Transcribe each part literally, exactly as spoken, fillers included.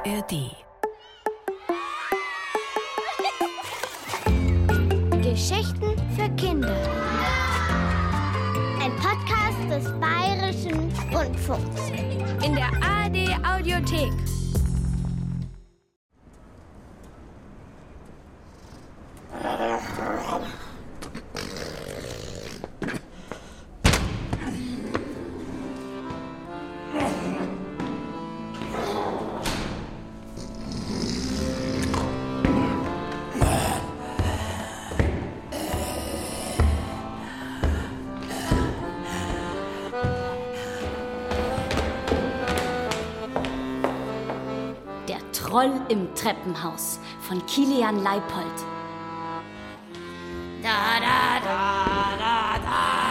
A R D. Geschichten für Kinder. Ein Podcast des Bayerischen Rundfunks. In der A R D Audiothek. Troll im Treppenhaus von Kilian Leipold. Da, da, da, da, da.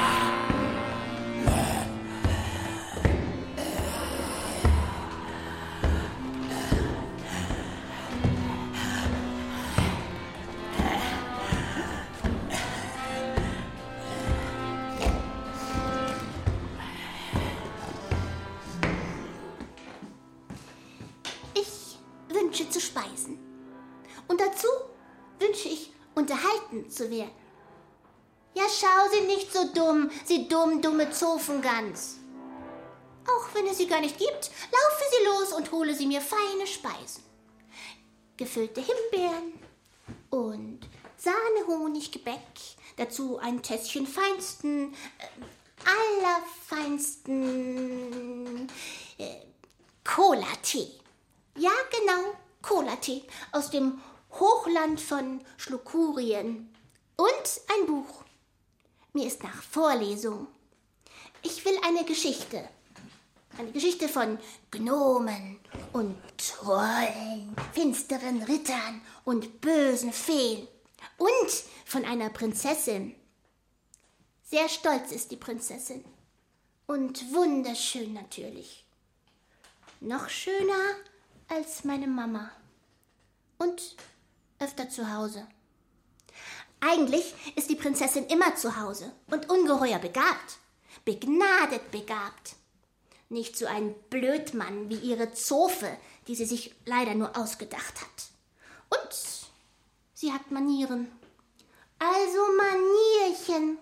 Zu speisen. Und dazu wünsche ich, unterhalten zu werden. Ja, schau sie nicht so dumm, sie dumm, dumme Zofengans. Auch wenn es sie gar nicht gibt, laufe sie los und hole sie mir feine Speisen. Gefüllte Himbeeren und Sahne-Honiggebäck, dazu ein Tässchen feinsten, äh, allerfeinsten äh, Cola-Tee. Ja, genau. Cola-Tee aus dem Hochland von Schlukurien. Und ein Buch. Mir ist nach Vorlesung. Ich will eine Geschichte. Eine Geschichte von Gnomen und Trollen, finsteren Rittern und bösen Feen. Und von einer Prinzessin. Sehr stolz ist die Prinzessin. Und wunderschön natürlich. Noch schöner als meine Mama. Und öfter zu Hause. Eigentlich ist die Prinzessin immer zu Hause und ungeheuer begabt. Begnadet begabt. Nicht so ein Blödmann wie ihre Zofe, die sie sich leider nur ausgedacht hat. Und sie hat Manieren. Also Manierchen.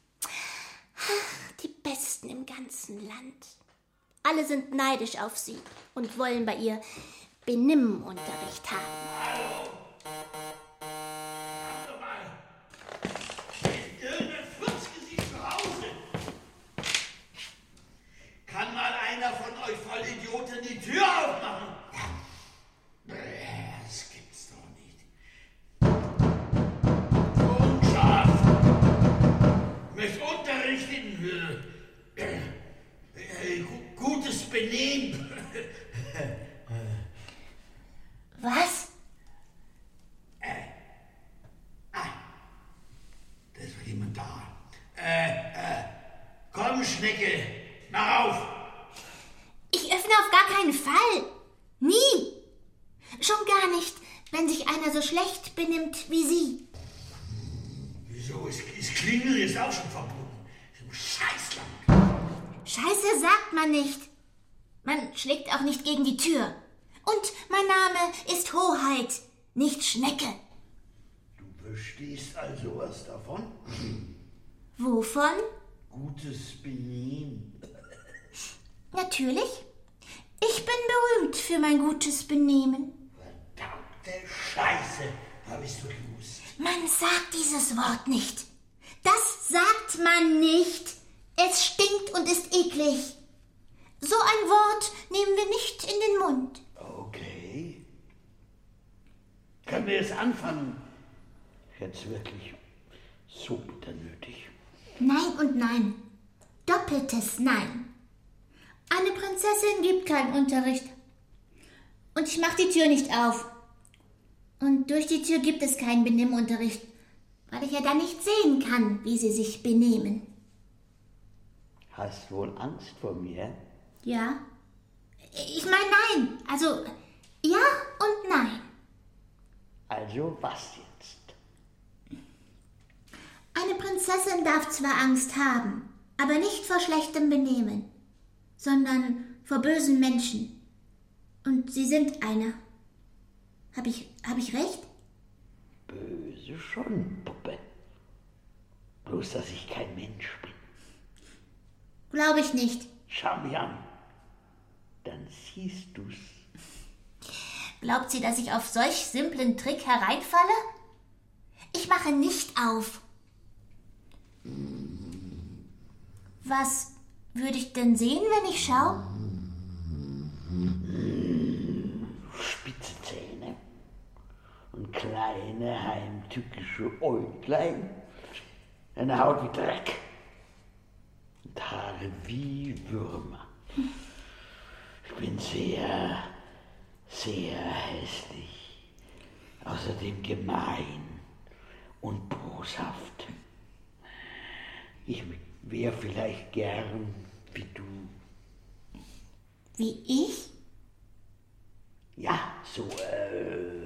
Die besten im ganzen Land. Alle sind neidisch auf sie und wollen bei ihr Benimmunterricht haben. Ist irgendein Furzgesicht zu Hause? Kann mal einer von euch Vollidioten die Tür aufmachen? Das gibt's doch nicht. Unscharf! Ich möchte unterrichten. Gutes Benehmen. Was? Äh. Ah. Da ist doch jemand da. Äh, äh. Komm, Schnecke. Mach auf. Ich öffne auf gar keinen Fall. Nie. Schon gar nicht, wenn sich einer so schlecht benimmt wie Sie. Wieso? Ist, ist Klingeln jetzt auch schon verboten? So Scheißland. Scheiße sagt man nicht. Man schlägt auch nicht gegen die Tür. Und mein Name ist Hoheit, nicht Schnecke. Du verstehst also was davon? Wovon? Gutes Benehmen. Natürlich. Ich bin berühmt für mein gutes Benehmen. Verdammte Scheiße, hab ich's doch gewusst. Man sagt dieses Wort nicht. Das sagt man nicht. Es stinkt und ist eklig. So ein Wort nehmen wir nicht in den Mund. Okay. Können wir jetzt anfangen? Jetzt wirklich so bitter nötig. Nein und nein. Doppeltes Nein. Eine Prinzessin gibt keinen Unterricht. Und ich mach die Tür nicht auf. Und durch die Tür gibt es keinen Benimmunterricht, weil ich ja dann nicht sehen kann, wie sie sich benehmen. Hast wohl Angst vor mir? Ja. Ich meine nein. Also ja und nein. Also was jetzt? Eine Prinzessin darf zwar Angst haben, aber nicht vor schlechtem Benehmen, sondern vor bösen Menschen. Und Sie sind einer. Hab ich, hab ich recht? Böse schon, Puppe. Bloß, dass ich kein Mensch bin. Glaube ich nicht. Schau mich an. Dann siehst du's. Glaubt sie, dass ich auf solch simplen Trick hereinfalle? Ich mache nicht auf. Was würde ich denn sehen, wenn ich schaue? Spitze Zähne und kleine, heimtückische Äuglein. Eine Haut wie Dreck und Haare wie Würmer. Ich bin sehr, sehr hässlich, außerdem gemein und boshaft. Ich wäre vielleicht gern wie du. Wie ich? Ja, so, äh,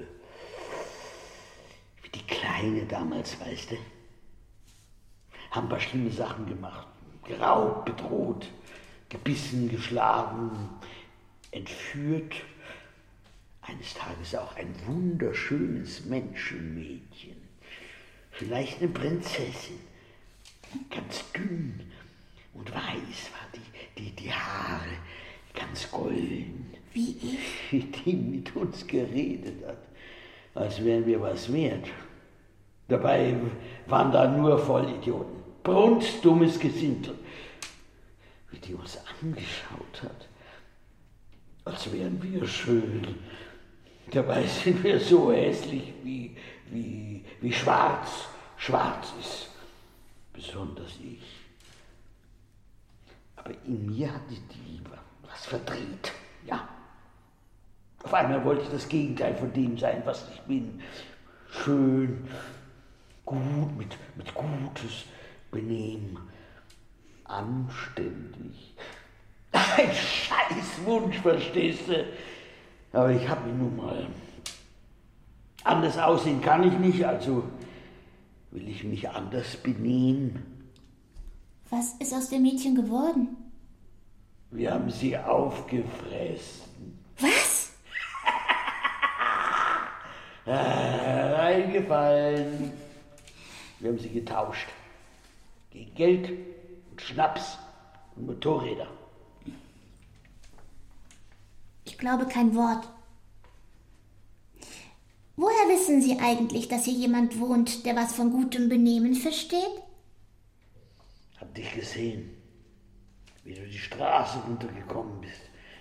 wie die Kleine damals, weißt du? Haben ein paar schlimme Sachen gemacht. Geraubt, bedroht, gebissen, geschlagen, entführt. Eines Tages auch ein wunderschönes Menschenmädchen. Vielleicht eine Prinzessin. Ganz dünn und weiß war die, die, die Haare, ganz golden. Wie ich? Die mit uns geredet hat, als wären wir was wert. Dabei waren da nur Vollidioten, brunzdummes Gesindel. Wie die uns angeschaut hat, als wären wir schön. Dabei sind wir so hässlich, wie, wie, wie schwarz schwarz ist. Besonders ich. Aber in mir hatte die Liebe was verdreht, ja. Auf einmal wollte ich das Gegenteil von dem sein, was ich bin. Schön, gut, mit, mit gutes Benehmen, anständig. Ein Scheißwunsch, verstehst du? Aber ich habe ihn nun mal. Anders aussehen kann ich nicht, also will ich mich anders benehmen. Was ist aus dem Mädchen geworden? Wir haben sie aufgefressen. Was? ah, reingefallen. Wir haben sie getauscht. Gegen Geld und Schnaps und Motorräder. Ich glaube kein Wort. Woher wissen Sie eigentlich, dass hier jemand wohnt, der was von gutem Benehmen versteht? Hab dich gesehen, wie du die Straße runtergekommen bist.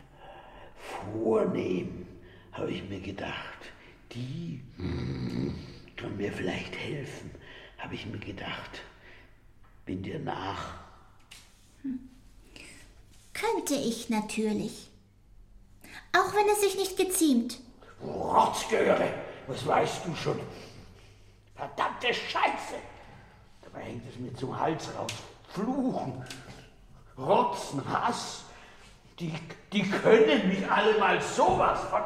Vornehm, habe ich mir gedacht. Die können mir vielleicht helfen, habe ich mir gedacht. Bin dir nach. Hm. Könnte ich natürlich. Auch wenn es sich nicht geziemt. Rotzgöre, was weißt du schon? Verdammte Scheiße! Dabei hängt es mir zum Hals raus. Fluchen, Rotzen, Hass. Die, die können mich alle mal sowas von...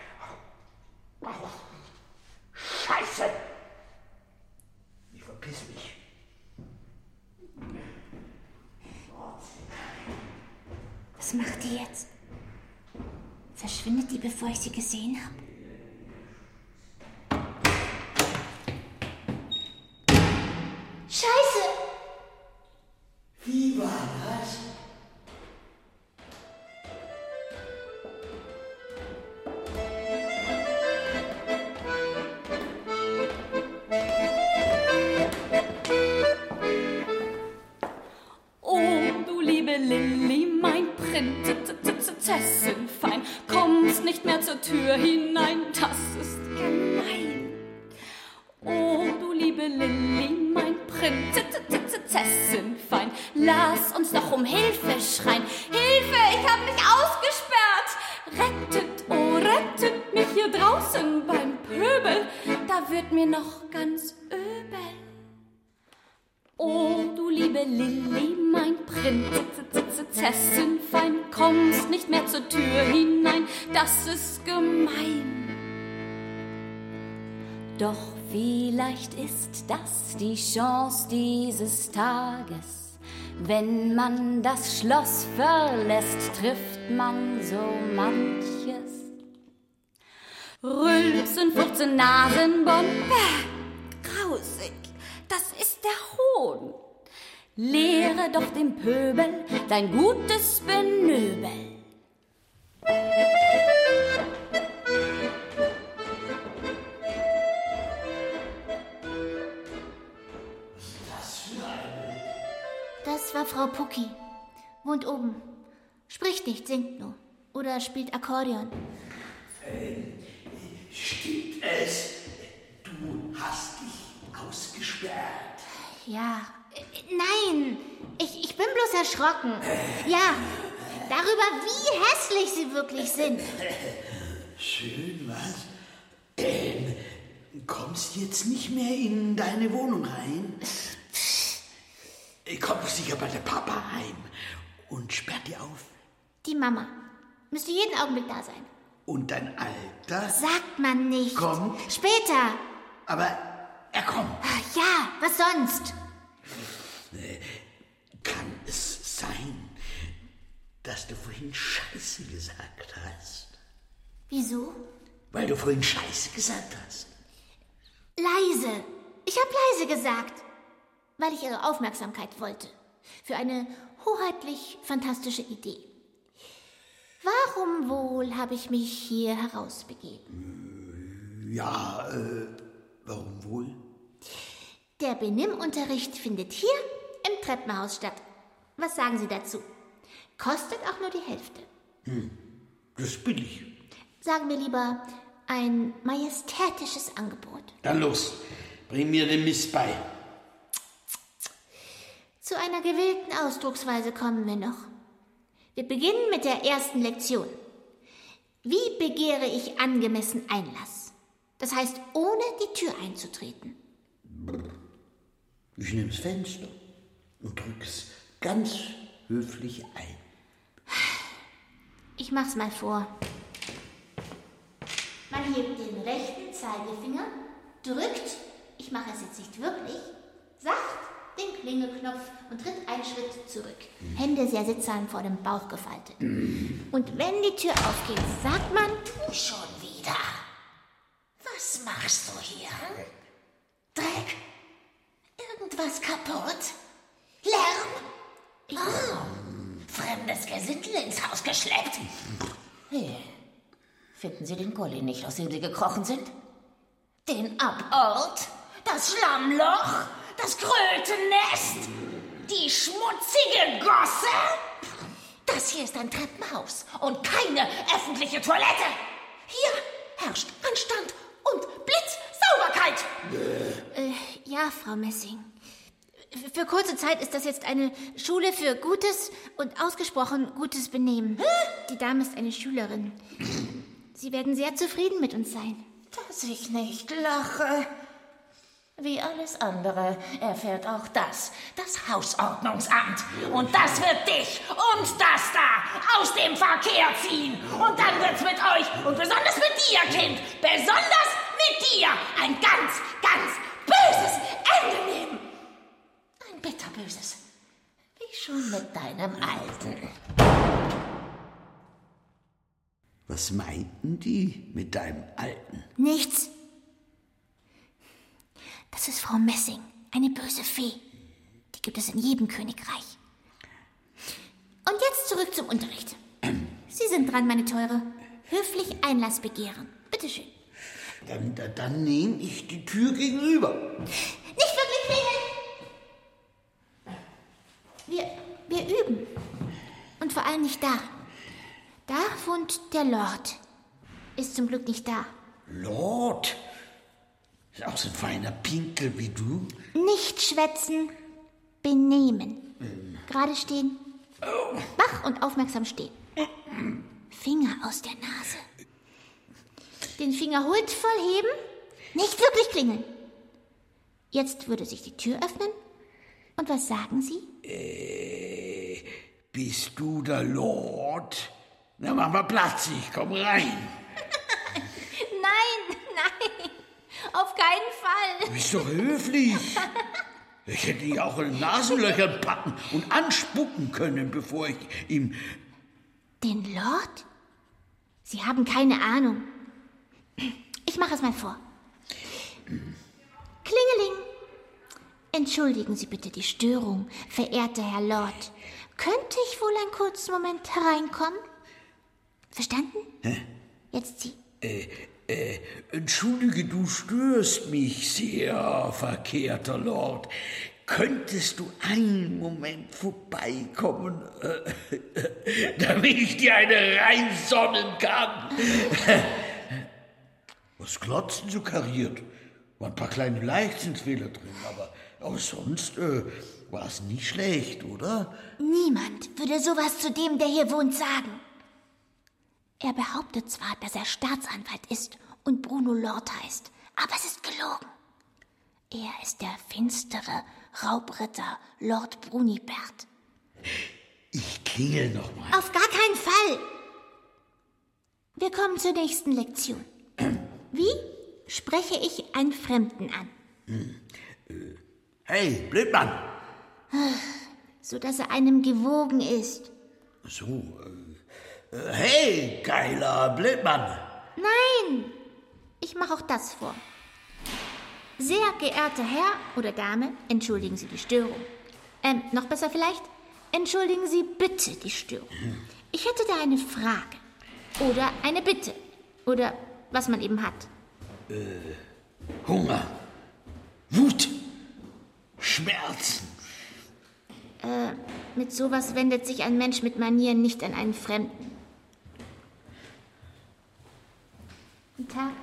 Scheiße! Ich verpiss mich. Was macht die jetzt? Verschwindet die, bevor ich sie gesehen habe? Scheiße! Wie war das? Oh, du liebe Lilli, mein Prinzessin fein, kommst nicht mehr zur Tür hinein, das ist gemein. Oh, du liebe Lilli, mein Prinzessin fein, lass uns doch um Hilfe schreien. Hilfe, ich hab mich ausgesperrt! Rettet, oh, rettet mich hier draußen beim Pöbel, da wird mir noch ganz übel. Oh, du liebe Lilli, mein Prinzessin fein, kommst nicht mehr zur Tür hinein, das ist gemein. Doch vielleicht ist das die Chance dieses Tages. Wenn man das Schloss verlässt, trifft man so manches Rülpsen, Furzen, Nasenbomb. Bäh, grausig, das ist der Hohn. Lehre doch dem Pöbel dein gutes Benöbel. Das war Frau Pucki. Wohnt oben. Spricht nicht, singt nur. Oder spielt Akkordeon. Ähm, stimmt es? Du hast dich ausgesperrt. Ja. Äh, nein, ich, ich bin bloß erschrocken. Ja, darüber, wie hässlich sie wirklich sind. Schön, was? Ähm, kommst jetzt nicht mehr in deine Wohnung rein? Kommt sicher bei der Papa heim und sperrt die auf. Die Mama müsste jeden Augenblick da sein. Und dein Alter? Sagt man nicht. Kommt. Später. Aber er kommt. Ja, was sonst? Kann es sein, dass du vorhin Scheiße gesagt hast? Wieso? Weil du vorhin Scheiße gesagt hast. Leise. Ich habe leise gesagt. Weil ich ihre Aufmerksamkeit wollte. Für eine hoheitlich fantastische Idee. Warum wohl habe ich mich hier herausbegeben? Ja, äh, warum wohl? Der Benimmunterricht findet hier im Treppenhaus statt. Was sagen Sie dazu? Kostet auch nur die Hälfte. Hm, das ist billig. Sagen wir lieber ein majestätisches Angebot. Dann los, bring mir den Mist bei. Zu einer gewählten Ausdrucksweise kommen wir noch. Wir beginnen mit der ersten Lektion. Wie begehre ich angemessen Einlass? Das heißt, ohne die Tür einzutreten. Ich nehme das Fenster und drücke es ganz höflich ein. Ich mach's mal vor. Man hebt den rechten Zeigefinger, drückt, ich mache es jetzt nicht wirklich, sacht den Klingelknopf und tritt einen Schritt zurück. Hände sehr sittsam vor dem Bauch gefaltet. Und wenn die Tür aufgeht, sagt man, Du schon wieder. Was machst du hier? Dreck? Irgendwas kaputt? Lärm? Oh, fremdes Gesindel ins Haus geschleppt. Hey, finden Sie den Gully nicht, aus dem Sie gekrochen sind? Den Abort? Das Schlammloch? Das Krötennest? Die schmutzige Gosse? Das hier ist ein Treppenhaus und keine öffentliche Toilette. Hier herrscht Anstand und Blitzsauberkeit. Äh, ja, Frau Messing. Für kurze Zeit ist das jetzt eine Schule für gutes und ausgesprochen gutes Benehmen. Die Dame ist eine Schülerin. Sie werden sehr zufrieden mit uns sein. Dass ich nicht lache. Wie alles andere erfährt auch das, das Hausordnungsamt. Und das wird dich und das da aus dem Verkehr ziehen. Und dann wird's mit euch und besonders mit dir, Kind, besonders mit dir, ein ganz, ganz böses Ende nehmen. Ein bitterböses. Wie schon mit deinem Alten. Was meinten die mit deinem Alten? Nichts. Das ist Frau Messing, eine böse Fee. Die gibt es in jedem Königreich. Und jetzt zurück zum Unterricht. Sie sind dran, meine Teure. Höflich Einlass begehren. Bitteschön. Dann, dann, dann nehme ich die Tür gegenüber. Nicht wirklich klingeln! Wir, wir üben. Und vor allem nicht da. Da wohnt der Lord. Ist zum Glück nicht da. Lord? Ist auch so ein feiner Pinkel wie du. Nicht schwätzen, benehmen. Mhm. Gerade stehen. Oh. Wach und aufmerksam stehen. Finger aus der Nase. Den Finger huldvoll heben. Nicht wirklich klingeln. Jetzt würde sich die Tür öffnen. Und was sagen Sie? Äh, bist du der Lord? Na, mach mal Platz, ich komm rein. Nein, nein. Auf keinen Fall. Du bist doch höflich. Ich hätte ihn auch in Nasenlöcher packen und anspucken können, bevor ich ihm... Den Lord? Sie haben keine Ahnung. Ich mache es mal vor. Klingeling. Entschuldigen Sie bitte die Störung, verehrter Herr Lord. Könnte ich wohl einen kurzen Moment hereinkommen? Verstanden? Hä? Jetzt Sie. Äh, äh, entschuldige, du störst mich sehr, verkehrter Lord. Könntest du einen Moment vorbeikommen, äh, damit ich dir eine reinsonnen kann? Was glotzen so kariert? Waren ein paar kleine Leichtsinnsfehler drin, aber, aber sonst äh, war es nicht schlecht, oder? Niemand würde sowas zu dem, der hier wohnt, sagen. Er behauptet zwar, dass er Staatsanwalt ist und Bruno Lord heißt, aber es ist gelogen. Er ist der finstere Raubritter Lord Brunibert. Ich klingel noch mal. Auf gar keinen Fall. Wir kommen zur nächsten Lektion. Wie spreche ich einen Fremden an? Hm. Äh, hey, Blödmann. So dass er einem gewogen ist. So, äh, hey, geiler Blödmann. Nein, ich mache auch das vor. Sehr geehrter Herr oder Dame, entschuldigen Sie die Störung. Ähm, noch besser vielleicht, entschuldigen Sie bitte die Störung. Ich hätte da eine Frage oder eine Bitte oder was man eben hat. Äh, Hunger, Wut, Schmerzen. Äh, mit sowas wendet sich ein Mensch mit Manieren nicht an einen Fremden. Guten Tag.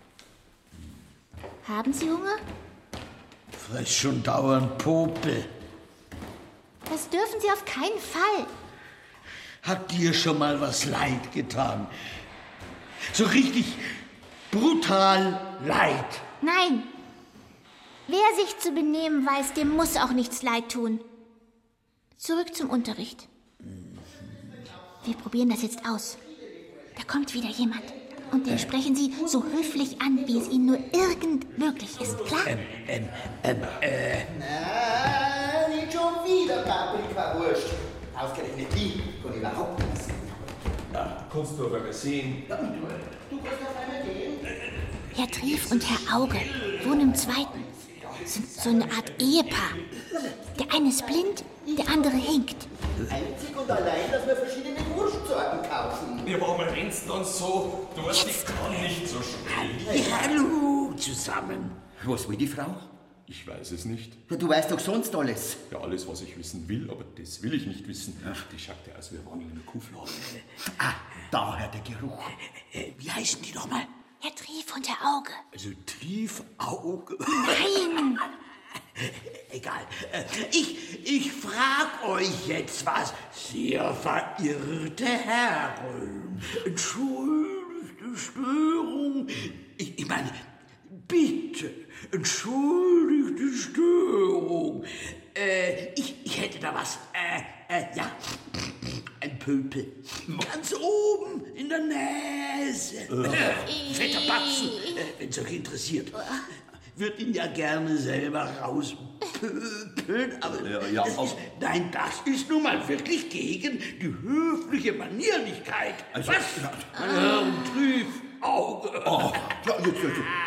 Haben Sie Hunger? Fress schon dauernd Popel. Das dürfen Sie auf keinen Fall. Hat dir schon mal was leid getan? So richtig brutal leid. Nein. Wer sich zu benehmen weiß, dem muss auch nichts leid tun. Zurück zum Unterricht. Wir probieren das jetzt aus. Da kommt wieder jemand. Und den sprechen Sie so höflich an, wie es Ihnen nur irgend möglich ist, klar? Ähm, ähm, ähm, äh... Na, nicht schon wieder Paprikawurst. Ausgerechnet die kann ich überhaupt nicht sehen. Ja, kannst du aber mal sehen. Ja, du, du kannst auf einmal gehen. Herr Trief und Herr Auge wohnen im Zweiten. Sind so eine Art Ehepaar. Der eine ist blind, der andere hinkt. Einzig und allein, dass wir verschiedene Wurstsorten kaufen. Ja, warum rennst du dann so? Du weißt, ich kann nicht so schnell. Ja, hallo zusammen. Was will die Frau? Ich weiß es nicht. Ja, du weißt doch sonst alles. Ja, alles, was ich wissen will, aber das will ich nicht wissen. Ach, die schaut ja aus, wir waren in einer Kuhfladen. Ah, daher der Geruch. Äh, wie heißen die nochmal? Herr Trief und Herr Auge. Also Triefauge. Nein! Egal. Äh, Ich, ich frag euch jetzt was, sehr verirrte Herren. Entschuldigte Störung. Ich, ich meine, bitte, entschuldigte Störung. Äh, ich, ich hätte da was. Äh, äh, ja, ein Pöpel. Ganz oben in der Nase. Äh, fetter Batzen, äh, wenn's euch interessiert. Würde ihn ja gerne selber rauspöpeln, aber Ja, ja, das auch. ist, nein, das ist nun mal wirklich gegen die höfliche Manierlichkeit. Also, Was? ja. Meine Herren, Triefauge. Oh, ja, jetzt,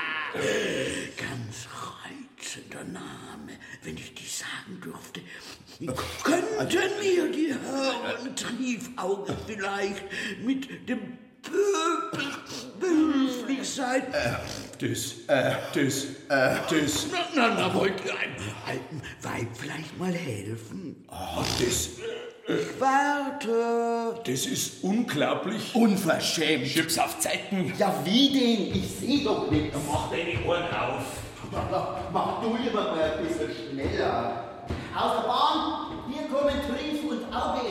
jetzt. Ganz reizender Name, wenn ich die sagen dürfte. Könnten mir die Herren Triefauge vielleicht mit dem Pöbel behilflich sein? Das, äh, das, äh, das. Na, na, na, wollt ihr einem alten Weib vielleicht mal helfen? Ach, das, Ich warte. das ist unglaublich. Unverschämt. Chips auf Zeiten. Ja, wie denn? Ich seh doch nichts. Mach deine Ohren auf. Ja, ja, mach du lieber mal ein bisschen schneller. Aus der Bahn, hier kommen Trief und Auge.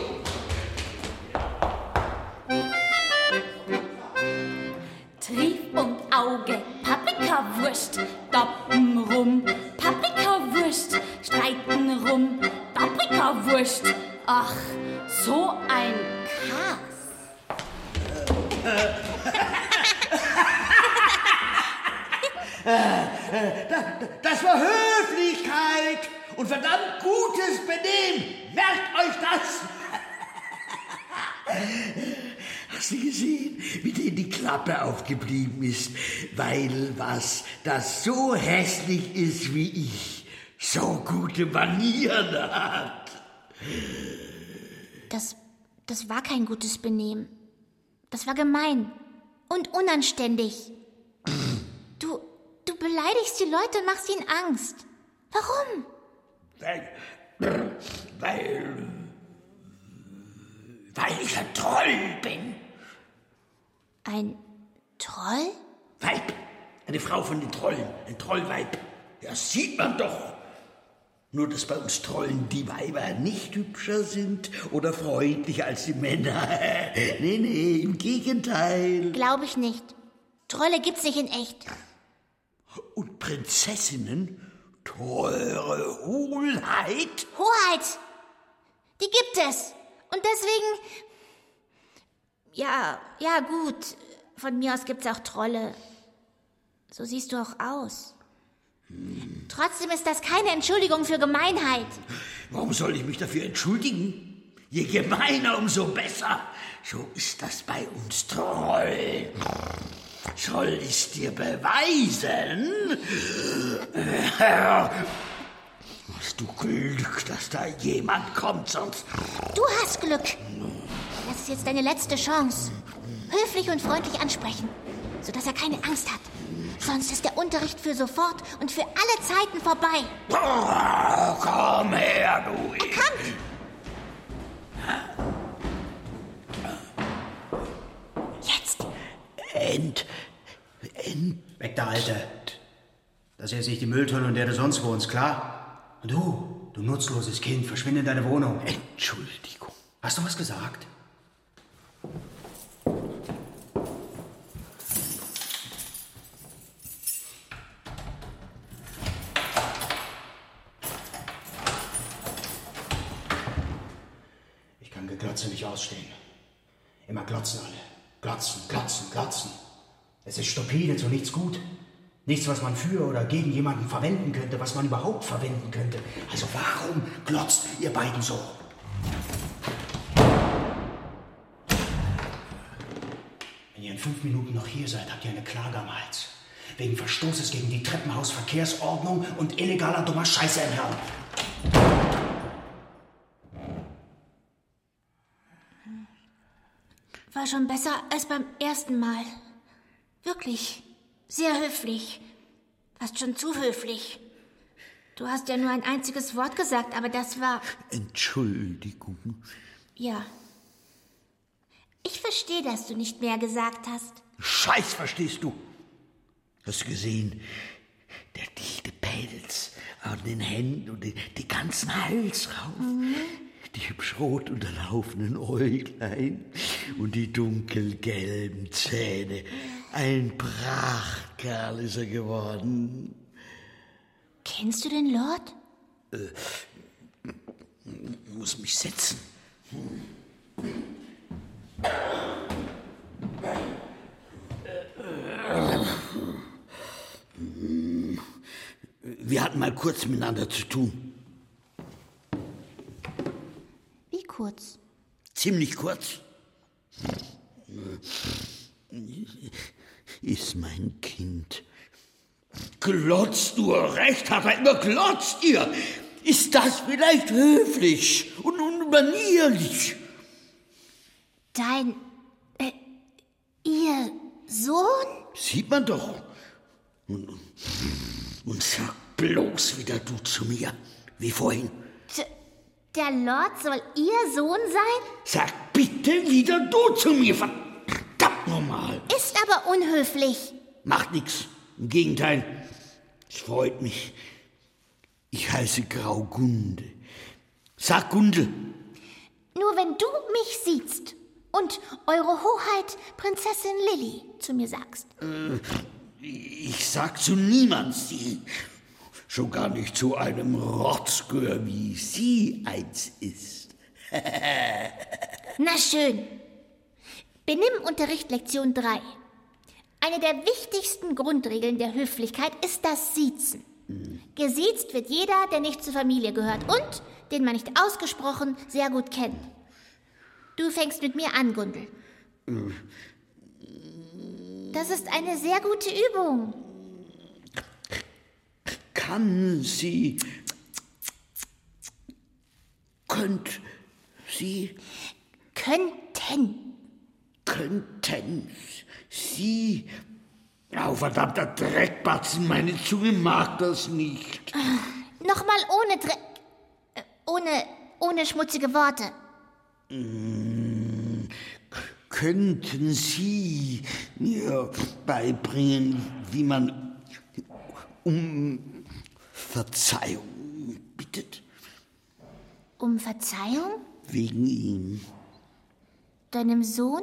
Trief und Auge, Paprikawurst, doppen rum. Paprikawurst, streiten rum. Paprikawurst, ach, so ein Kass. Das war Höflichkeit und verdammt gutes Benehmen. Merkt euch das. Hast du gesehen, wie denen die Klappe aufgeblieben ist? Weil was, das so hässlich ist wie ich, so gute Manieren hat. Das, das war kein gutes Benehmen. Das war gemein und unanständig. Du, du beleidigst die Leute und machst ihnen Angst. Warum? Weil, weil, weil ich ein Troll bin. Ein Troll? Weib, eine Frau von den Trollen, ein Trollweib. Ja, sieht man doch. Nur, dass bei uns Trollen die Weiber nicht hübscher sind oder freundlicher als die Männer. Nee, nee, im Gegenteil. Glaube ich nicht. Trolle gibt's nicht in echt. Und Prinzessinnen? Teure Hohlheit? Hoheit! Die gibt es. Und deswegen... Ja, ja, gut. Von mir aus gibt's auch Trolle. So siehst du auch aus. Hm. Trotzdem ist das keine Entschuldigung für Gemeinheit. Warum soll ich mich dafür entschuldigen? Je gemeiner, umso besser. So ist das bei uns Troll. Soll ich dir beweisen? Hast du Glück, dass da jemand kommt, sonst... Du hast Glück. Das ist jetzt deine letzte Chance. Höflich und freundlich ansprechen, sodass er keine Angst hat. Sonst ist der Unterricht für sofort und für alle Zeiten vorbei. Oh, komm her, du... Er kommt! Jetzt! End... End... Weg da, Alte. Das hier ist nicht die Mülltonne, in der du sonst wohnst, klar? Und du, du nutzloses Kind, verschwinde in deine Wohnung. Entschuldigung. Hast du was gesagt? Ich kann Geglotze nicht ausstehen. Immer glotzen alle. Glotzen, glotzen, glotzen. Es ist stupide, zu nichts gut. Nichts, was man für oder gegen jemanden verwenden könnte, was man überhaupt verwenden könnte. Also warum glotzt ihr beiden so? Wenn ihr in fünf Minuten noch hier seid, habt ihr eine Klage am Hals. Wegen Verstoßes gegen die Treppenhausverkehrsordnung und illegaler dummer Scheiße im Hirn. War schon besser als beim ersten Mal. Wirklich. Sehr höflich. Fast schon zu höflich. Du hast ja nur ein einziges Wort gesagt, aber das war... Entschuldigung. Ja. Ich verstehe, dass du nicht mehr gesagt hast. Scheiß verstehst du. Hast du gesehen? Der dichte Pelz an den Händen und den, den ganzen Hals rauf. Mhm. Die hübsch rot unterlaufenden Äuglein und die dunkelgelben Zähne. Ein Prachtkerl ist er geworden. Kennst du den Lord? Äh, muss mich setzen. Wir hatten mal kurz miteinander zu tun. Wie kurz? Ziemlich kurz. Ist mein Kind. Glotzt nur, recht hat er immer glotzt ihr. Ist das vielleicht höflich und unmanierlich? Dein, äh, ihr Sohn? Sieht man doch. Und, und sag bloß wieder du zu mir, wie vorhin. D- der Lord soll ihr Sohn sein? Sag bitte wieder du zu mir, verdammt nochmal. Ist aber unhöflich. Macht nix, im Gegenteil. Es freut mich. Ich heiße Graugunde. Sag Gunde. Nur wenn du mich siehst und Eure Hoheit Prinzessin Lilly zu mir sagst. Äh, ich sag zu niemand sie. Schon gar nicht zu einem Rotzgör, wie sie eins ist. Na schön. Benimmunterricht Lektion drei. Eine der wichtigsten Grundregeln der Höflichkeit ist das Siezen. Mhm. Gesiezt wird jeder, der nicht zur Familie gehört und den man nicht ausgesprochen sehr gut kennt. Du fängst mit mir an, Gundel. Das ist eine sehr gute Übung. Kann sie... Könnt sie... Könnten. Könnten sie... Oh, verdammter Dreckbatzen, meine Zunge mag das nicht. Nochmal ohne Dreck... äh, Ohne, ohne schmutzige Worte. Mm, k- könnten Sie mir beibringen, wie man um Verzeihung bittet? Um Verzeihung? Wegen ihm. Deinem Sohn?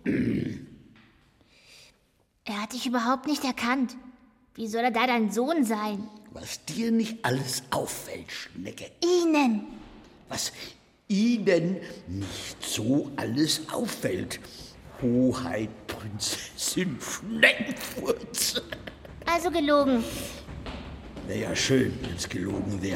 Er hat dich überhaupt nicht erkannt. Wie soll er da dein Sohn sein? Was dir nicht alles auffällt, Schnecke. Ihnen. Was Ihnen nicht so alles auffällt. Hoheit, Prinzessin Schneckenfurz. Also gelogen. Wäre ja schön, wenn es gelogen wäre.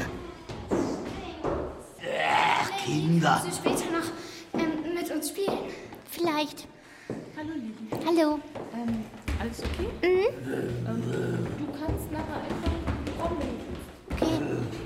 Ach, Kinder. Willst du später noch ähm, mit uns spielen? Vielleicht. Hallo, Lili. Hallo. Ähm, alles okay? Mhm. Ähm, du kannst nachher einfach kommen. Okay.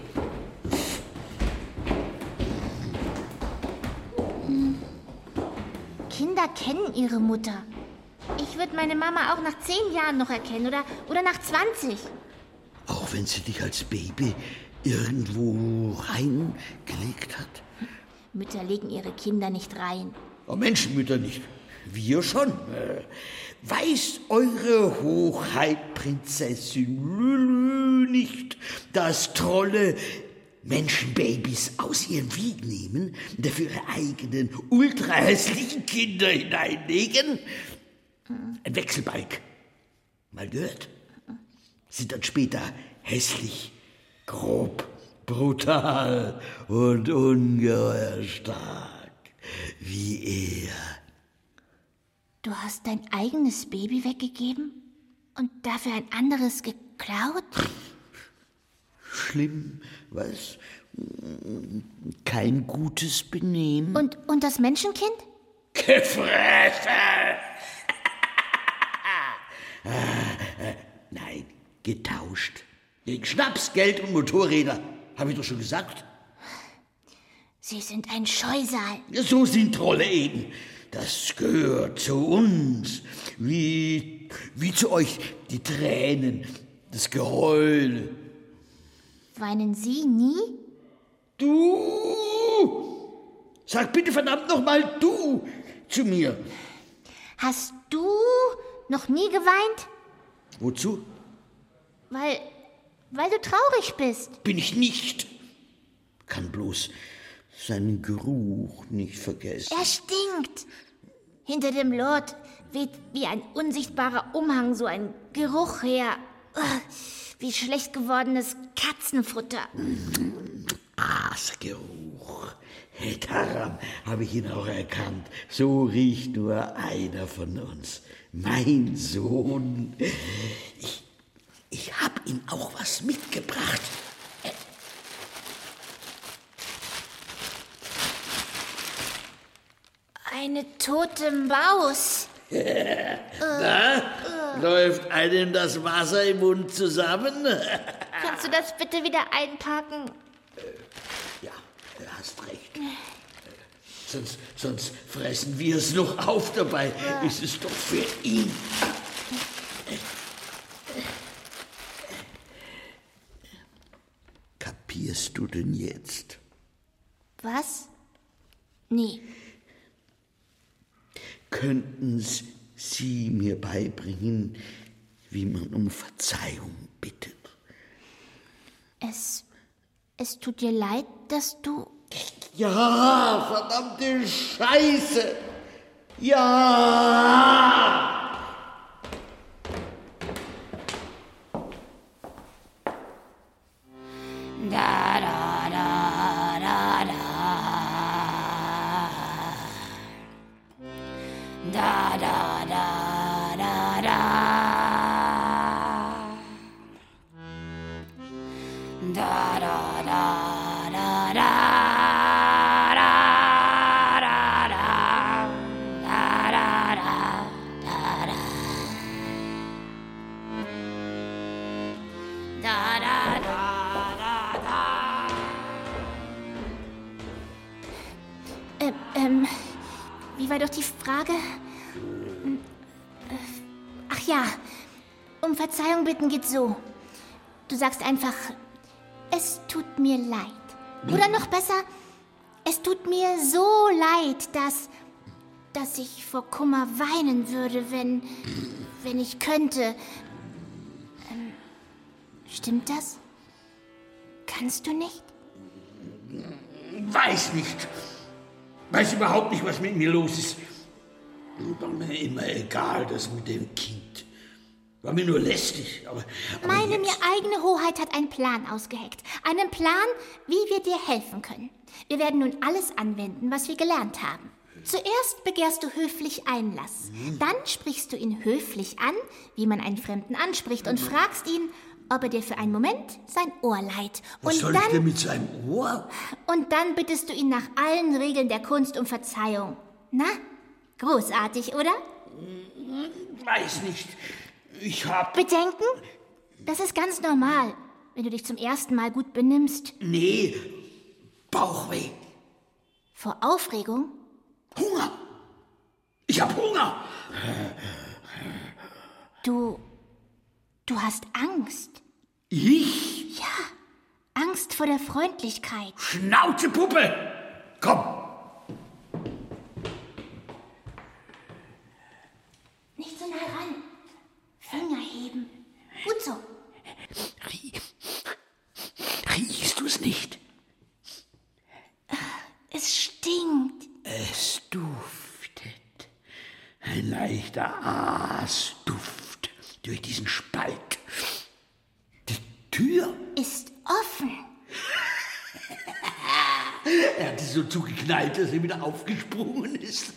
Hm. Kinder kennen ihre Mutter. Ich würde meine Mama auch nach zehn Jahren noch erkennen oder, oder nach zwanzig. Auch wenn sie dich als Baby irgendwo reingelegt hat? Mütter legen ihre Kinder nicht rein. Oh, Menschenmütter nicht. Wir schon. Äh, weiß eure Hoheit, Prinzessin Lülü nicht, dass Trolle Menschenbabys aus ihren Wiegen nehmen und dafür ihre eigenen ultrahässlichen Kinder hineinlegen? Ein Wechselbalg. Mal gehört? Sind dann später hässlich, grob, brutal und ungeheuer stark. Wie er. Du hast dein eigenes Baby weggegeben und dafür ein anderes geklaut? Schlimm, was? Kein gutes Benehmen. Und, und das Menschenkind? Gefressen! Nein, getauscht. Gegen Schnaps, Geld und Motorräder. Habe ich doch schon gesagt. Sie sind ein Scheusal. So sind Trolle eben. Das gehört zu uns. Wie, wie zu euch die Tränen, das Geheul. Weinen Sie nie? Du! Sag bitte verdammt noch mal du zu mir. Hast du noch nie geweint? Wozu? Weil, weil du traurig bist. Bin ich nicht. Kann bloß seinen Geruch nicht vergessen. Er stinkt. Hinter dem Lord weht wie ein unsichtbarer Umhang so ein Geruch her. Wie schlecht gewordenes Katzenfutter. Aasgeruch. Hey, daran habe ich ihn auch erkannt. So riecht nur einer von uns. Mein Sohn. Ich, ich habe ihm auch was mitgebracht. Eine tote Maus. Da uh, uh. läuft einem das Wasser im Mund zusammen. Kannst du das bitte wieder einpacken? Ja, du hast recht. Sonst, sonst fressen wir es noch auf dabei. Uh. Ist es doch für ihn. Kapierst du denn jetzt? Was? Nee. Könnten Sie mir beibringen, wie man um Verzeihung bittet? Es, es tut dir leid, dass du... Ja, verdammte Scheiße! Ja! Da, da, da, da, da. Da, da, da, da, da. Da, da, da, da, da. Da, da, da, da, da, da. doch die Frage... Ach ja, um Verzeihung bitten geht so. Du sagst einfach, es tut mir leid. Oder noch besser, es tut mir so leid, dass, dass ich vor Kummer weinen würde, wenn, wenn ich könnte. Ähm, stimmt das? Kannst du nicht? Weiß nicht. Weiß überhaupt nicht, was mit mir los ist. War mir immer egal, das mit dem Kind. War mir nur lästig, aber... aber Meine jetzt... mir eigene Hoheit hat einen Plan ausgeheckt. Einen Plan, wie wir dir helfen können. Wir werden nun alles anwenden, was wir gelernt haben. Zuerst begehrst du höflich Einlass. Mhm. Dann sprichst du ihn höflich an, wie man einen Fremden anspricht, und fragst ihn, ob er dir für einen Moment sein Ohr leiht. Was und soll dann, ich denn mit seinem Ohr? Und dann bittest du ihn nach allen Regeln der Kunst um Verzeihung. Na, großartig, oder? Weiß nicht. Ich hab... Bedenken? Das ist ganz normal, wenn du dich zum ersten Mal gut benimmst. Nee, Bauchweh. Vor Aufregung? Hunger. Ich hab Hunger. Du... du hast Angst. Ich? Ja, Angst vor der Freundlichkeit. Schnauze, Puppe! Komm! Nicht so nah ran. Finger heben. Gut so. Riechst du es nicht? Es stinkt. Es duftet. Ein leichter Aasduft durch diesen Spalt. Die Tür ist offen. Er hat es so zugeknallt, dass er wieder aufgesprungen ist.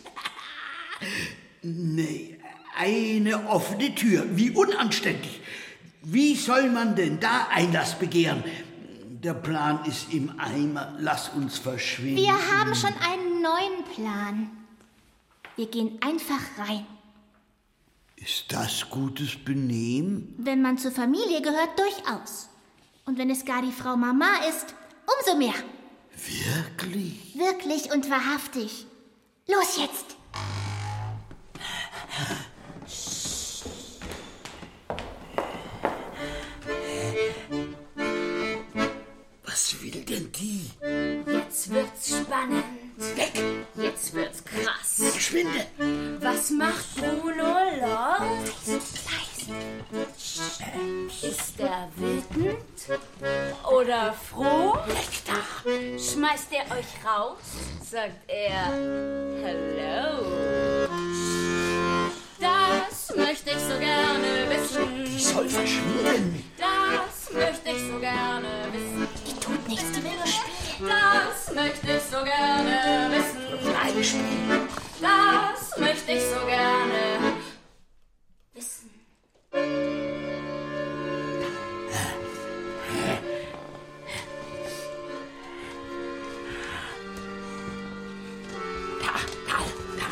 Nee, eine offene Tür. Wie unanständig. Wie soll man denn da Einlass begehren? Der Plan ist im Eimer. Lass uns verschwinden. Wir haben schon einen neuen Plan. Wir gehen einfach rein. Ist das gutes Benehmen? Wenn man zur Familie gehört, durchaus. Und wenn es gar die Frau Mama ist, umso mehr. Wirklich? Wirklich und wahrhaftig. Los jetzt! Was will denn die? Jetzt wird's spannend. Weg! Jetzt wird's krass. Verschwinde! Was macht Bruno Lord? Leise. Ist er wütend oder froh? Weg da! Schmeißt er euch raus? Sagt er Hello? Das möchte ich so gerne wissen. Die soll verschwinden. Das möchte ich so gerne wissen. Die tut nichts, die will nur spielen. Das möchte ich so gerne wissen. Nein, spielen. Das möchte ich so gerne wissen. Da, da, da.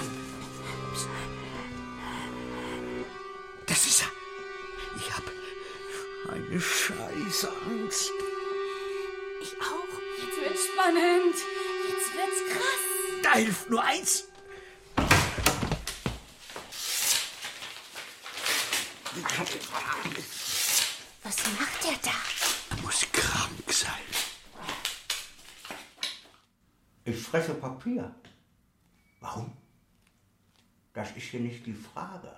Das ist er. Ich hab eine Scheißangst. Ich auch. Jetzt wird's spannend. Jetzt wird's krass. Da hilft nur eins. Was macht er da? Er muss krank sein. Ich fresse Papier. Warum? Das ist hier nicht die Frage.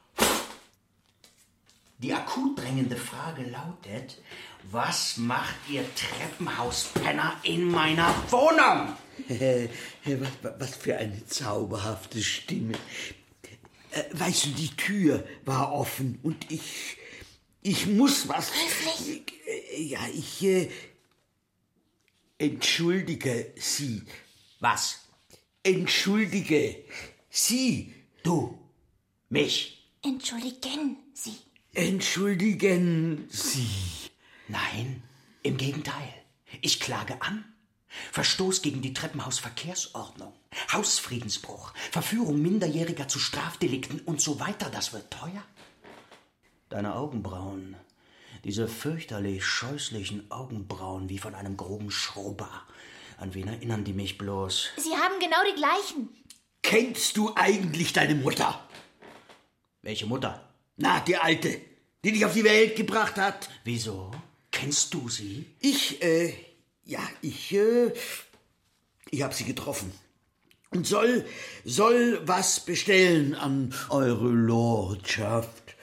Die akut drängende Frage lautet, was macht ihr Treppenhauspenner in meiner Wohnung? was, was für eine zauberhafte Stimme. Äh, weißt du, die Tür war offen und ich... Ich muss was... Höflich? Ja, ich... Äh, entschuldige Sie. Was? Entschuldige Sie. Du. Mich. Entschuldigen Sie. Entschuldigen Sie. Nein, im Gegenteil. Ich klage an. Verstoß gegen die Treppenhausverkehrsordnung, Hausfriedensbruch, Verführung Minderjähriger zu Strafdelikten und so weiter. Das wird teuer. Deine Augenbrauen, diese fürchterlich scheußlichen Augenbrauen wie von einem groben Schrubber. An wen erinnern die mich bloß? Sie haben genau die gleichen. Kennst du eigentlich deine Mutter? Welche Mutter? Na, die Alte, die dich auf die Welt gebracht hat. Wieso? Kennst du sie? Ich, äh, ja, ich, äh, ich hab sie getroffen. Und soll, soll was bestellen an eure Lordschaft.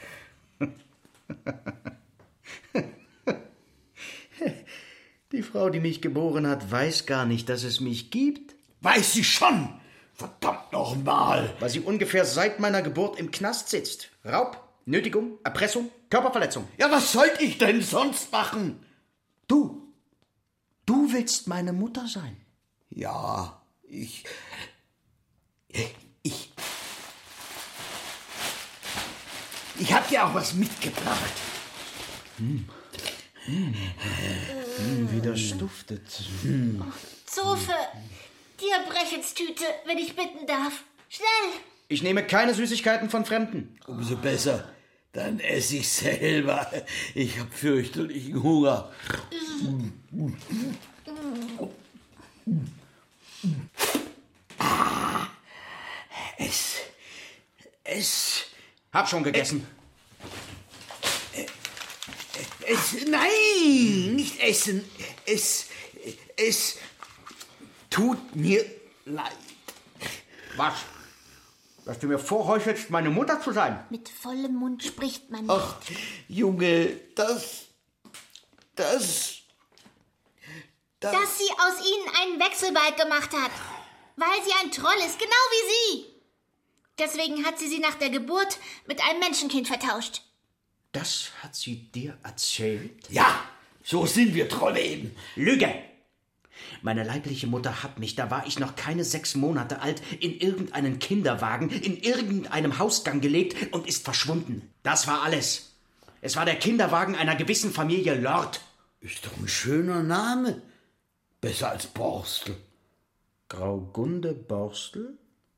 Die Frau, die mich geboren hat, weiß gar nicht, dass es mich gibt. Weiß sie schon! Verdammt nochmal! Weil sie ungefähr seit meiner Geburt im Knast sitzt. Raub, Nötigung, Erpressung, Körperverletzung. Ja, was sollte ich denn sonst machen? Du, du willst meine Mutter sein. Ja, ich... Ich... Ich hab dir auch was mitgebracht. Hm. Hm. Hm, wie das duftet. Hm. Zofe, die Erbrechenstüte, wenn ich bitten darf. Schnell! Ich nehme keine Süßigkeiten von Fremden. Umso besser. Dann esse ich selber. Ich hab fürchterlichen Hunger. Ah, es... Es... Hab schon gegessen. Es... Nein, nicht essen. Es... Es... Tut mir leid. Was? Dass du mir vorheuchelst, meine Mutter zu sein? Mit vollem Mund spricht man nicht. Ach, Junge, das... Das... Das Dass sie aus ihnen einen Wechselbalg gemacht hat. Weil sie ein Troll ist, genau wie sie. Deswegen hat sie sie nach der Geburt mit einem Menschenkind vertauscht. Das hat sie dir erzählt? Ja, so sind wir Trolle eben. Lüge! Meine leibliche Mutter hat mich, da war ich noch keine sechs Monate alt, in irgendeinen Kinderwagen, in irgendeinem Hausgang gelegt und ist verschwunden. Das war alles. Es war der Kinderwagen einer gewissen Familie Lord. Ist doch ein schöner Name. Besser als Borstel. Graugunde Borstel?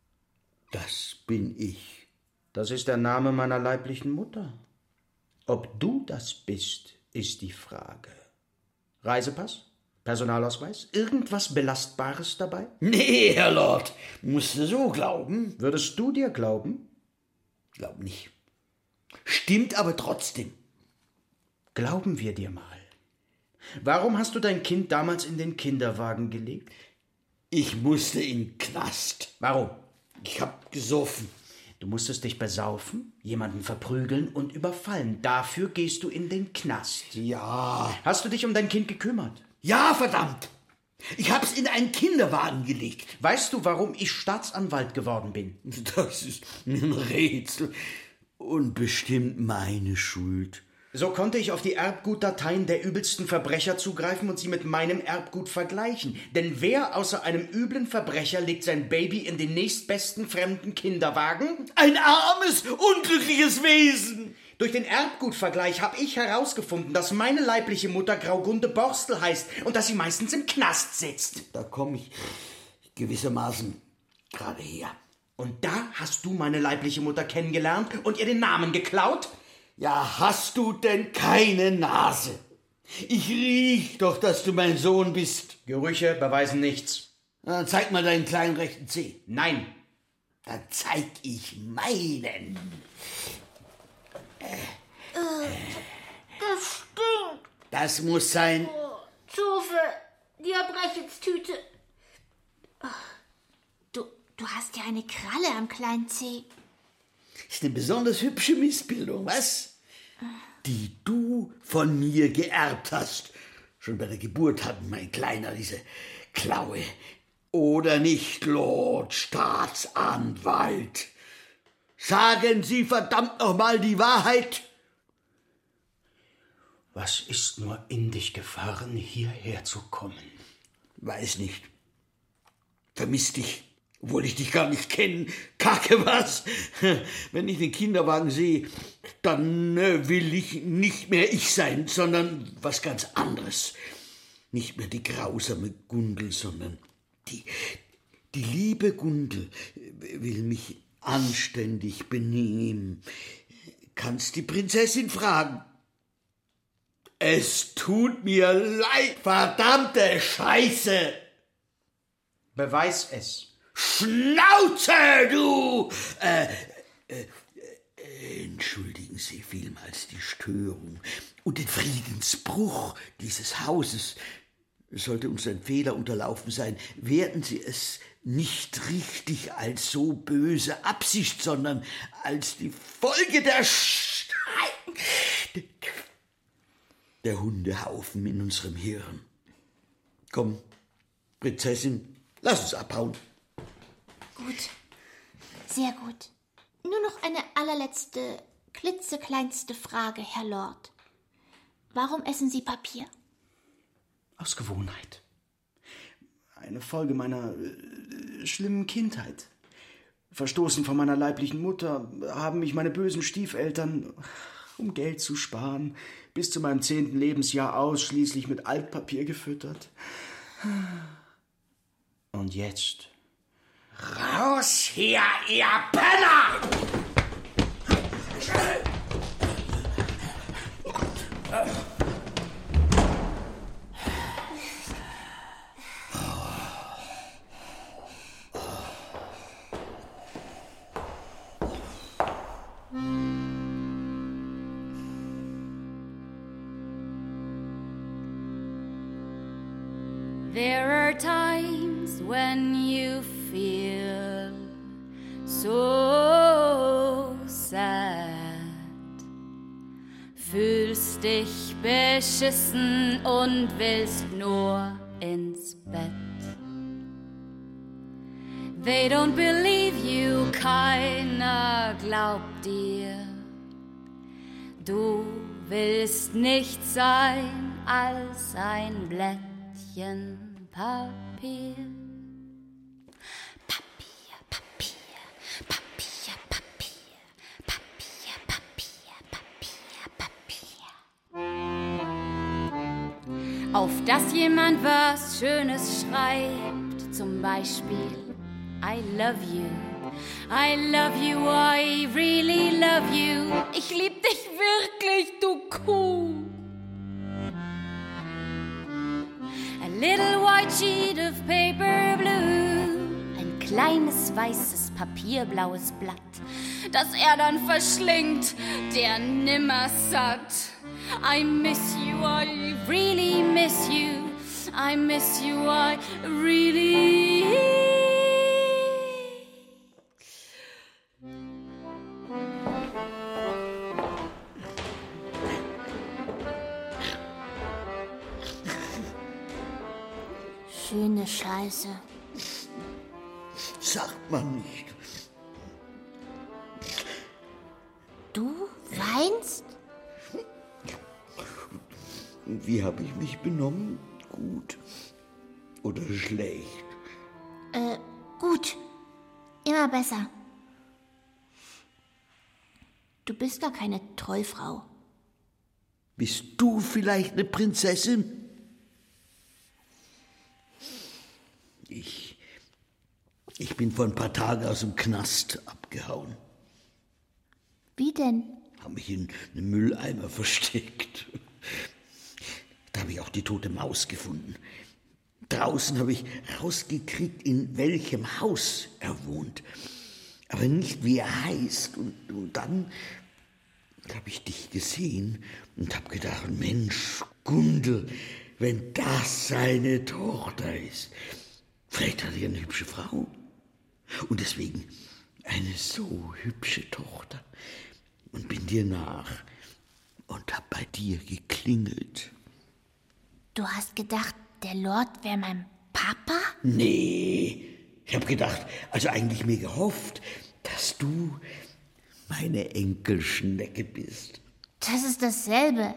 Das bin ich. Das ist der Name meiner leiblichen Mutter. Ob du das bist, ist die Frage. Reisepass? Personalausweis? Irgendwas Belastbares dabei? Nee, Herr Lord. Musst du so glauben? Würdest du dir glauben? Glaub nicht. Stimmt aber trotzdem. Glauben wir dir mal. Warum hast du dein Kind damals in den Kinderwagen gelegt? Ich musste in den Knast. Warum? Ich hab gesoffen. Du musstest dich besaufen, jemanden verprügeln und überfallen. Dafür gehst du in den Knast. Ja. Hast du dich um dein Kind gekümmert? Ja, verdammt. Ich hab's in einen Kinderwagen gelegt. Weißt du, warum ich Staatsanwalt geworden bin? Das ist mir ein Rätsel. Und bestimmt meine Schuld. So konnte ich auf die Erbgutdateien der übelsten Verbrecher zugreifen und sie mit meinem Erbgut vergleichen. Denn wer außer einem üblen Verbrecher legt sein Baby in den nächstbesten fremden Kinderwagen? Ein armes, unglückliches Wesen! Durch den Erbgutvergleich habe ich herausgefunden, dass meine leibliche Mutter Graugunde Borstel heißt und dass sie meistens im Knast sitzt. Da komme ich gewissermaßen gerade her. Und da hast du meine leibliche Mutter kennengelernt und ihr den Namen geklaut? Ja, hast du denn keine Nase? Ich riech doch, dass du mein Sohn bist. Gerüche beweisen nichts. Dann zeig mal deinen kleinen rechten Zeh. Nein. Dann zeig ich meinen. Äh, das stinkt. Das muss sein. Oh, Zofe, die Erbrechenstüte. Oh, du, du hast ja eine Kralle am kleinen Zeh. Ist eine besonders hübsche Missbildung, was? Die du von mir geerbt hast. Schon bei der Geburt hat mein Kleiner diese Klaue. Oder nicht, Lord Staatsanwalt? Sagen Sie verdammt nochmal die Wahrheit. Was ist nur in dich gefahren, hierher zu kommen? Weiß nicht. Vermiss dich. Obwohl ich dich gar nicht kenne. Kacke was. Wenn ich den Kinderwagen sehe, dann äh, will ich nicht mehr ich sein, sondern was ganz anderes. Nicht mehr die grausame Gundel, sondern die, die liebe Gundel will mich anständig benehmen. Kannst die Prinzessin fragen. Es tut mir leid, verdammte Scheiße. Beweis es. Schnauze, du! Äh, äh, entschuldigen Sie vielmals die Störung und den Friedensbruch dieses Hauses. Sollte uns ein Fehler unterlaufen sein, werden Sie es nicht richtig als so böse Absicht, sondern als die Folge der Sch der Hundehaufen in unserem Hirn. Komm, Prinzessin, lass uns abhauen. Gut, sehr gut. Nur noch eine allerletzte, klitzekleinste Frage, Herr Lord. Warum essen Sie Papier? Aus Gewohnheit. Eine Folge meiner äh, schlimmen Kindheit. Verstoßen von meiner leiblichen Mutter haben mich meine bösen Stiefeltern, um Geld zu sparen, bis zu meinem zehnten Lebensjahr ausschließlich mit Altpapier gefüttert. Und jetzt... Raus hier, ihr Penner! There are times when you feel so sad, fühlst dich beschissen und willst nur ins Bett. They don't believe you, keiner glaubt dir. Du willst nichts sein als ein Blättchen Papier. Papier, Papier, Papier, Papier, Papier, Papier, Papier, Papier. Auf dass jemand was Schönes schreibt, zum Beispiel I love you, I love you, I really love you. Ich lieb dich wirklich, du Kuh. A little white sheet of paper blue. Ein kleines weißes papierblaues Blatt, das er dann verschlingt, der nimmer satt. I miss you, I really miss you. I miss you, I really. Schöne Scheiße. Sagt man nicht. Du weinst? Wie habe ich mich benommen? Gut oder schlecht? Äh, gut. Immer besser. Du bist gar keine Trollfrau. Bist du vielleicht eine Prinzessin? Ich, ich bin vor ein paar Tagen aus dem Knast abgehauen. Wie denn? Habe mich in einem Mülleimer versteckt. Da habe ich auch die tote Maus gefunden. Draußen habe ich rausgekriegt, in welchem Haus er wohnt. Aber nicht, wie er heißt. Und, und dann habe ich dich gesehen und habe gedacht, Mensch, Gundel, wenn das seine Tochter ist. Vielleicht hat er eine hübsche Frau. Und deswegen eine so hübsche Tochter. Und bin dir nach und hab bei dir geklingelt. Du hast gedacht, der Lord wäre mein Papa? Nee, ich hab gedacht, also eigentlich mir gehofft, dass du meine Enkelschnecke bist. Das ist dasselbe.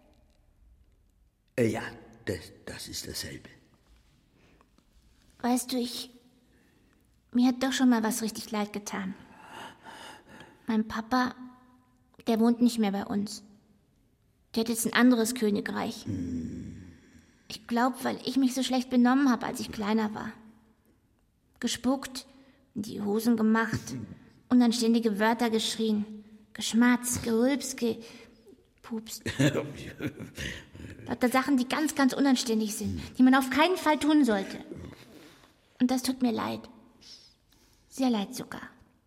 Äh, ja, das, das ist dasselbe. Weißt du, ich... Mir hat doch schon mal was richtig leid getan. Mein Papa, der wohnt nicht mehr bei uns. Der hat jetzt ein anderes Königreich. Hm. Ich glaube, weil ich mich so schlecht benommen habe, als ich kleiner war. Gespuckt, in die Hosen gemacht, unanständige Wörter geschrien, geschmatzt, gerülpst, gepupst. Lauter Sachen, die ganz, ganz unanständig sind, die man auf keinen Fall tun sollte. Und das tut mir leid. Sehr leid sogar.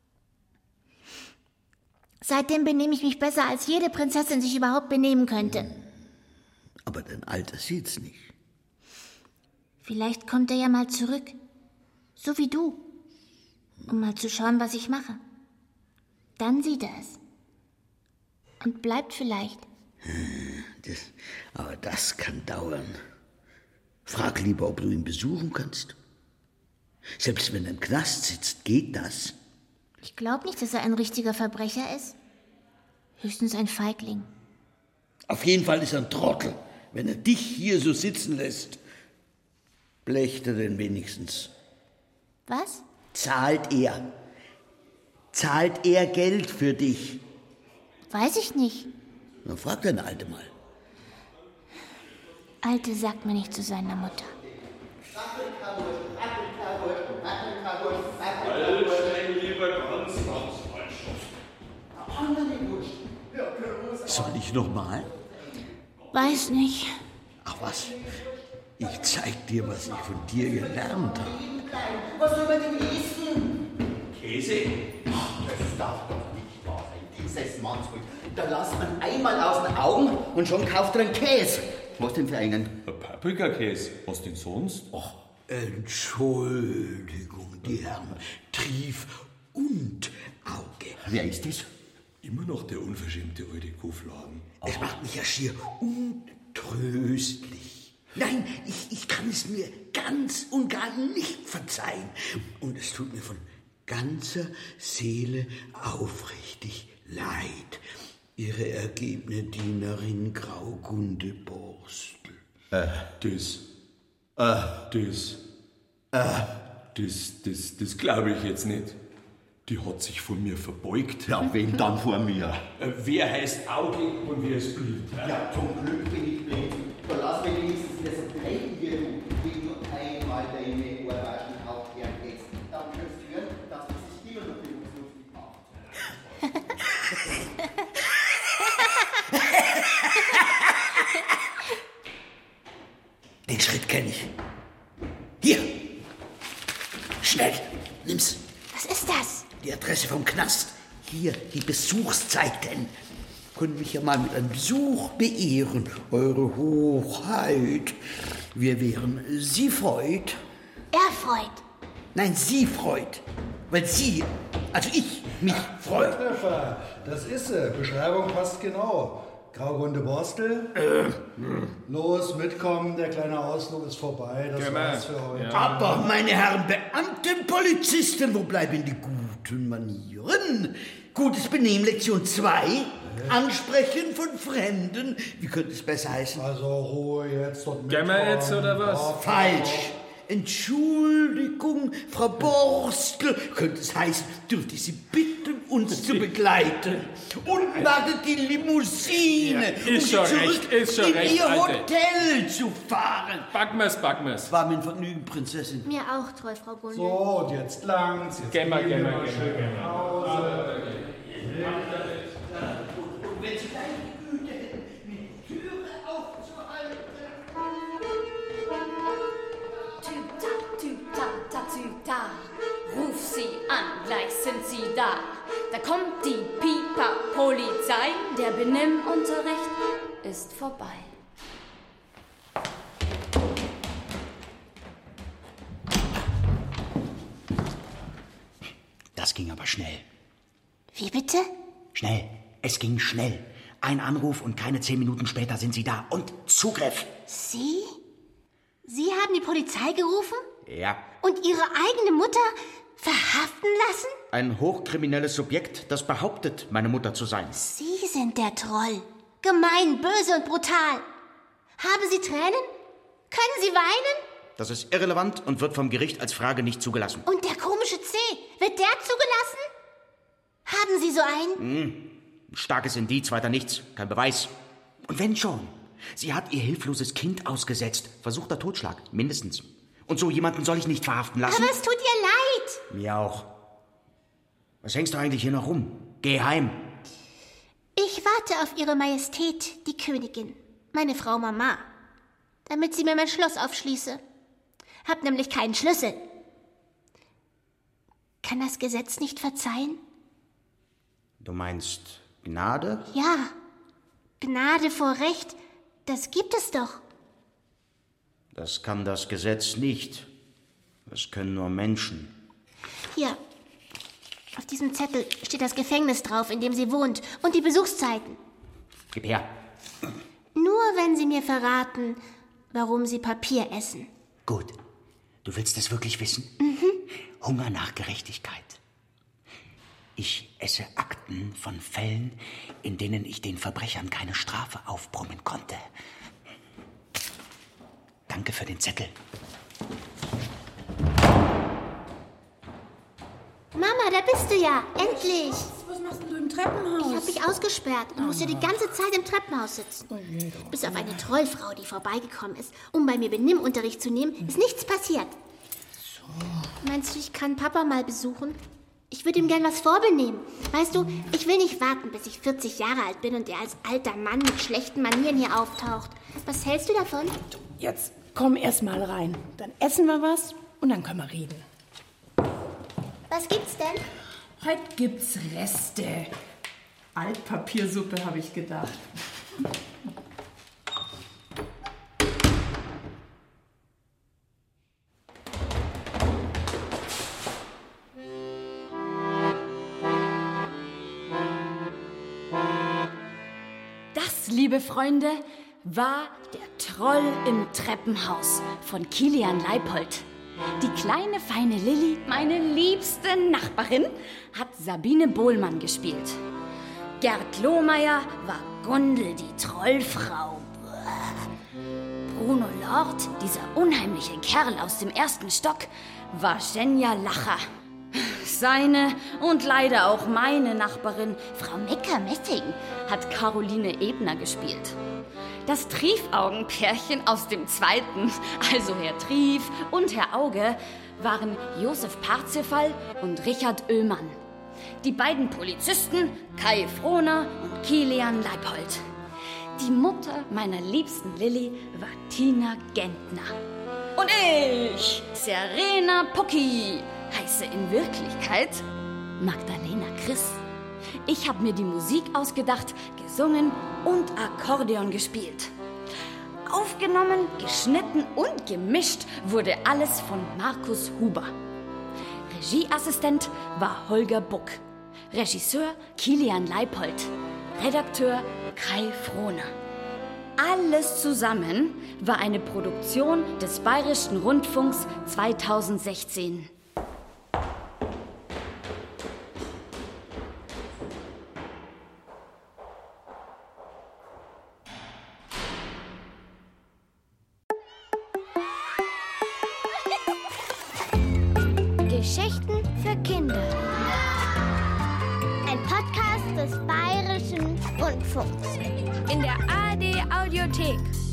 Seitdem benehme ich mich besser, als jede Prinzessin sich überhaupt benehmen könnte. Aber dein Alter sieht's nicht. Vielleicht kommt er ja mal zurück. So wie du. Um mal zu schauen, was ich mache. Dann sieht er es. Und bleibt vielleicht. Das, aber das kann dauern. Frag lieber, ob du ihn besuchen kannst. Selbst wenn er im Knast sitzt, geht das. Ich glaube nicht, dass er ein richtiger Verbrecher ist. Höchstens ein Feigling. Auf jeden Fall ist er ein Trottel, wenn er dich hier so sitzen lässt. Blecht er denn wenigstens? Was? Zahlt er. Zahlt er Geld für dich? Weiß ich nicht. Na, frag deine Alte mal. Alte sagt mir nicht zu seiner Mutter. Soll ich noch mal? Weiß nicht. Ach was, ich zeig dir, was ich von dir gelernt habe. Was soll man denn essen? Käse? Das darf doch nicht wahr sein, dieses Mannsbild. Da lasst man einmal aus den Augen und schon kauft er einen Käse. Was denn für einen? Ein Paprikakäse. Was denn sonst? Ach, Entschuldigung, die Herren Trief und Auge. Wer ist das? Immer noch der unverschämte alte Kuhfladen. Es macht mich ja schier untröstlich. Nein, ich, ich kann es mir ganz und gar nicht verzeihen. Und es tut mir von ganzer Seele aufrichtig leid. Ihre ergebene Dienerin Graugunde Borstel. Äh, das, äh, das, äh, das, das, das glaube ich jetzt nicht. Die hat sich vor mir verbeugt. Ja, wen dann vor mir? Äh, wer heißt Auge und wer ist blind? Ja, zum Glück bin ich blind. Da lass mich wenigstens das Brechen hier, du. Wenn nur einmal deine Ohrwaschen aufhörst, dann kannst du hören, dass du sich immer noch berufslustig macht. Den Schritt kenne ich. Hier. Schnell, nimm's. Was ist das? Die Adresse vom Knast. Hier die Besuchszeiten. Können mich ja mal mit einem Besuch beehren, Eure Hochheit. Wir wären Sie freut. Er freut. Nein, Sie freut. Weil Sie, also ich, mich freut. Treffer, das ist sie. Beschreibung passt genau. Graugunde Borstel. Äh. Los, mitkommen, der kleine Ausflug ist vorbei. Das Gehen war's wir. für heute. Ja. Aber, meine Herren Beamten, Polizisten, wo bleiben die guten Manieren? Gutes Benehmen, Lektion zwei. Ansprechen von Fremden. Wie könnte es besser heißen? Also Ruhe jetzt und Gehen wir jetzt, oder was? Ja, Falsch. Entschuldigung, Frau Borstel, könnte es heißen, dürfte ich Sie bitten, uns zu begleiten. Und wartet die Limousine, Ja, um ist Sie schon zurück recht, ist schon in recht, Ihr Alte. Hotel zu fahren. Backen wir's, backen wir's. War mir ein Vergnügen, Prinzessin. Mir auch, treu Frau Gunde. So, und jetzt langs. Jetzt Gehen wir, gehen gehen wir, wir gehen schön wir. nach Hause. Und wenn Sie gleich die Güte hätten, die Türe aufzuhalten. Tüta, tüta, ta, tüta. Ruf sie an, gleich sind sie da. Da kommt die Pipa-Polizei. Der Benimmunterricht ist vorbei. Das ging aber schnell. Wie bitte? Schnell. Es ging schnell. Ein Anruf und keine zehn Minuten später sind Sie da. Und Zugriff. Sie? Sie haben die Polizei gerufen? Ja. Und Ihre eigene Mutter verhaften lassen? Ein hochkriminelles Subjekt, das behauptet, meine Mutter zu sein. Sie sind der Troll. Gemein, böse und brutal. Haben Sie Tränen? Können Sie weinen? Das ist irrelevant und wird vom Gericht als Frage nicht zugelassen. Und der komische C, wird der zugelassen? Haben Sie so einen? Hm. Starkes Indiz, weiter nichts. Kein Beweis. Und wenn schon. Sie hat ihr hilfloses Kind ausgesetzt. Versuchter Totschlag, mindestens. Und so jemanden soll ich nicht verhaften lassen? Aber es tut ihr leid. Mir auch. Was hängst du eigentlich hier noch rum? Geh heim. Ich warte auf Ihre Majestät, die Königin, meine Frau Mama, damit sie mir mein Schloss aufschließe. Hab nämlich keinen Schlüssel. kann das Gesetz nicht verzeihen? Du meinst Gnade? Ja, Gnade vor Recht, das gibt es doch. Das kann das Gesetz nicht. Das können nur Menschen. Hier, auf diesem Zettel steht das Gefängnis drauf, in dem sie wohnt, und die Besuchszeiten. Gib her. Nur wenn Sie mir verraten, warum Sie Papier essen. Gut. Du willst es wirklich wissen? Mhm. Hunger nach Gerechtigkeit. Ich esse Akten von Fällen, in denen ich den Verbrechern keine Strafe aufbrummen konnte. Danke für den Zettel. Mama, da bist du ja. Endlich. Was machst denn du im Treppenhaus? Ich habe mich ausgesperrt und musste die ganze Zeit im Treppenhaus sitzen. Oh je, Bis auf eine Trollfrau, die vorbeigekommen ist, um bei mir Benimmunterricht zu nehmen, ist nichts passiert. So. Meinst du, ich kann Papa mal besuchen? Ich würde ihm gern was vorbenehmen. Weißt du, ich will nicht warten, bis ich vierzig Jahre alt bin und er als alter Mann mit schlechten Manieren hier auftaucht. Was hältst du davon? Jetzt komm erst mal rein. Dann essen wir was und dann können wir reden. Was gibt's denn? Heute gibt's Reste. Altpapiersuppe, habe ich gedacht. Das, liebe Freunde, war der Troll im Treppenhaus von Kilian Leipold. Die kleine, feine Lilli, meine liebste Nachbarin, hat Sabine Bohlmann gespielt. Gerd Lohmeier war Gundel, die Trollfrau. Bruno Lord, dieser unheimliche Kerl aus dem ersten Stock, war Schenja Lacher. Seine und leider auch meine Nachbarin, Frau Mecker-Messing, hat Caroline Ebner gespielt. Das Triefaugenpärchen aus dem zweiten, also Herr Trief und Herr Auge, waren Josef Parzifal und Richard Oehlmann. Die beiden Polizisten, Kai Frohner und Kilian Leipold. Die Mutter meiner liebsten Lilli war Tina Gentner. Und ich, Serena Pucki, heiße in Wirklichkeit Magdalena Chris. Ich habe mir die Musik ausgedacht, gesungen und Akkordeon gespielt. Aufgenommen, geschnitten und gemischt wurde alles von Markus Huber. Regieassistent war Holger Buck. Regisseur Kilian Leipold. Redakteur Kai Frohner. Alles zusammen war eine Produktion des Bayerischen Rundfunks zweitausendsechzehn. Geschichten für Kinder. Ein Podcast des Bayerischen Rundfunks. In der A R D Audiothek.